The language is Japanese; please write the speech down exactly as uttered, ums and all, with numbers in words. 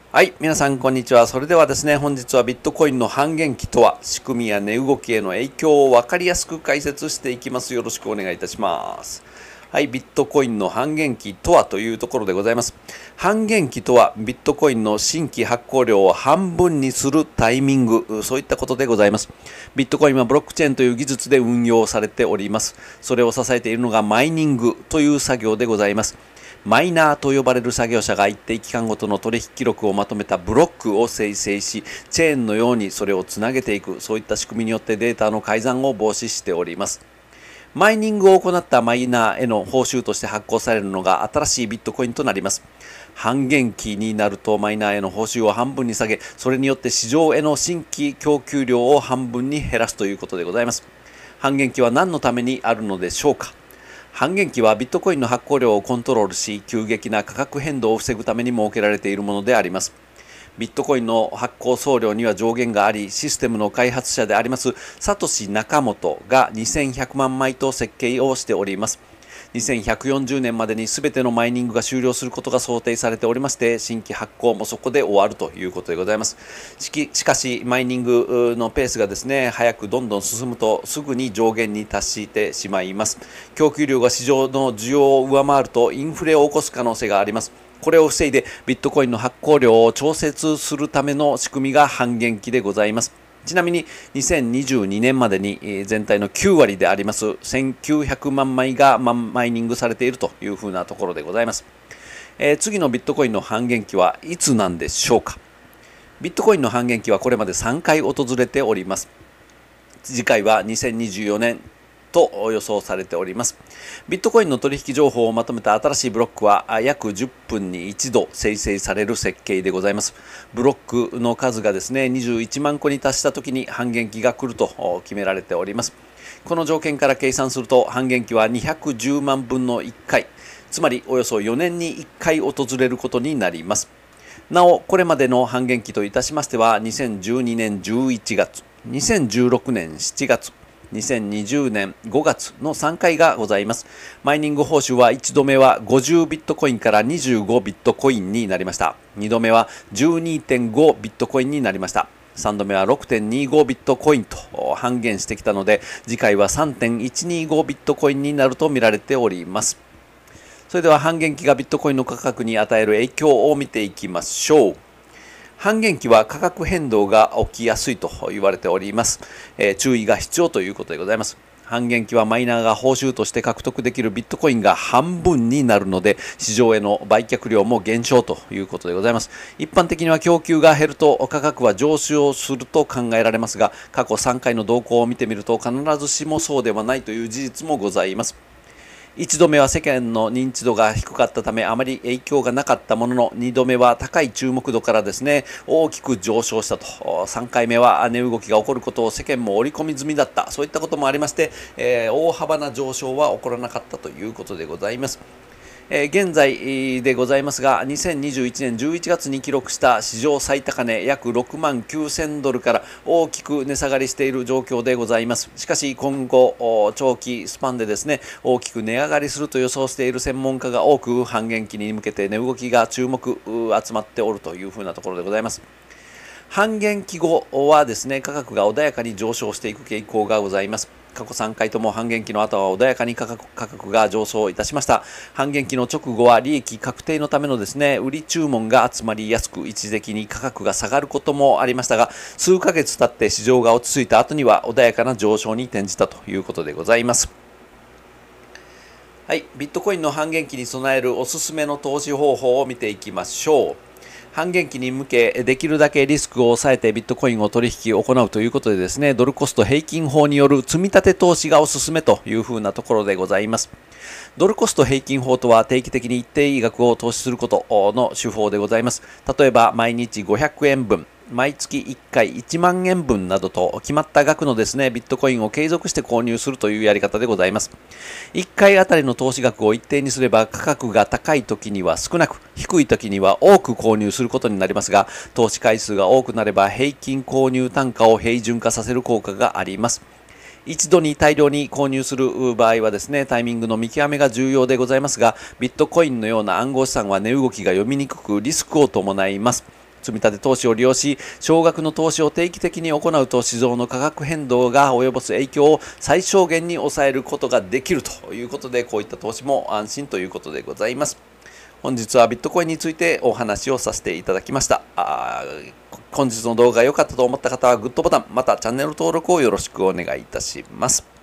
はい、皆さんこんにちは。それではですね、本日はビットコインの半減期とは、仕組みや値動きへの影響を分かりやすく解説していきます。よろしくお願いいたします。はい、ビットコインの半減期とはというところでございます。半減期とは、ビットコインの新規発行量を半分にするタイミング、そういったことでございます。ビットコインはブロックチェーンという技術で運用されております。それを支えているのがマイニングという作業でございます。マイナーと呼ばれる作業者が一定期間ごとの取引記録をまとめたブロックを生成し、チェーンのようにそれをつなげていく、そういった仕組みによってデータの改ざんを防止しております。マイニングを行ったマイナーへの報酬として発行されるのが新しいビットコインとなります。半減期になるとマイナーへの報酬を半分に下げ、それによって市場への新規供給量を半分に減らすということでございます。半減期は何のためにあるのでしょうか。半減期はビットコインの発行量をコントロールし、急激な価格変動を防ぐために設けられているものであります。ビットコインの発行総量には上限があり、システムの開発者でありますサトシ・ナカモトがにせんひゃくまんまいと設計をしております。にせんひゃくよんじゅうねんまでに全てのマイニングが終了することが想定されておりまして、新規発行もそこで終わるということでございます。し, しかしマイニングのペースがですね早くどんどん進むとすぐに上限に達してしまいます。供給量が市場の需要を上回るとインフレを起こす可能性があります。これを防いでビットコインの発行量を調節するための仕組みが半減期でございます。ちなみににせんにじゅうにねんまでに全体のきゅうわりでありますせんきゅうひゃくまんまいがマイニングされているというふうなところでございます。えー、次のビットコインの半減期はいつなんでしょうか。ビットコインの半減期はこれまでさんかい訪れております。次回はにせんにじゅうよねんと予想されております。ビットコインの取引情報をまとめた新しいブロックは約じゅっぷんに一度生成される設計でございます。ブロックの数がですねにじゅういちまんこに達した時に半減期が来ると決められております。この条件から計算すると半減期はにひゃくじゅうまんぶんのいっかい、つまりおよそよねんにいっかい訪れることになります。なおこれまでの半減期といたしましてはにせんじゅうにねんじゅういちがつ、にせんじゅうろくねんしちがつ、にせんにじゅうねんごがつのさんかいがございます。マイニング報酬はいちどめはごじゅうビットコインからにじゅうごビットコインになりました。にどめは じゅうにてんごビットコインになりました。さんどめは ろくてんにごビットコインと半減してきたので、次回は さんてんいちにごビットコインになると見られております。それでは半減期がビットコインの価格に与える影響を見ていきましょう。半減期は価格変動が起きやすいと言われております。えー、注意が必要ということでございます。半減期はマイナーが報酬として獲得できるビットコインが半分になるので、市場への売却量も減少ということでございます。一般的には供給が減ると価格は上昇すると考えられますが、過去さんかいの動向を見てみると必ずしもそうではないという事実もございます。いちどめは世間の認知度が低かったためあまり影響がなかったものの、にどめは高い注目度からですね大きく上昇したと、さんかいめは値動きが起こることを世間も織り込み済みだった、そういったこともありまして、えー、大幅な上昇は起こらなかったということでございます。えー、現在でございますが、にせんにじゅういちねんじゅういちがつに記録した史上最高値約ろくまんきゅうせんドルから大きく値下がりしている状況でございます。しかし今後長期スパンでですね大きく値上がりすると予想している専門家が多く、半減期に向けて値動きが注目集まっておるというふうなところでございます。半減期後はですね価格が穏やかに上昇していく傾向がございます。過去さんかいとも半減期の後は穏やかに価格、価格が上昇いたしました。半減期の直後は利益確定のためのですね売り注文が集まりやすく、一時的に価格が下がることもありましたが、数ヶ月経って市場が落ち着いた後には穏やかな上昇に転じたということでございます。はい、ビットコインの半減期に備えるおすすめの投資方法を見ていきましょう。半減期に向けできるだけリスクを抑えてビットコインを取引を行うということでですね、ドルコスト平均法による積み立て投資がおすすめというふうなところでございます。ドルコスト平均法とは定期的に一定額を投資することの手法でございます。例えば毎日ごひゃくえんぶん、毎月いっかいいちまんえんぶんなどと決まった額のですねビットコインを継続して購入するというやり方でございます。いっかいあたりの投資額を一定にすれば、価格が高い時には少なく、低い時には多く購入することになりますが、投資回数が多くなれば平均購入単価を平準化させる効果があります。一度に大量に購入する場合はですね、タイミングの見極めが重要でございますが、ビットコインのような暗号資産は値動きが読みにくくリスクを伴います。 積立投資を利用し、少額の投資を定期的に行うと市場の価格変動が及ぼす影響を最小限に抑えることができるということで、こういった投資も安心ということでございます。本日はビットコインについてお話をさせていただきました。あ本日の動画が良かったと思った方はグッドボタン、またチャンネル登録をよろしくお願いいたします。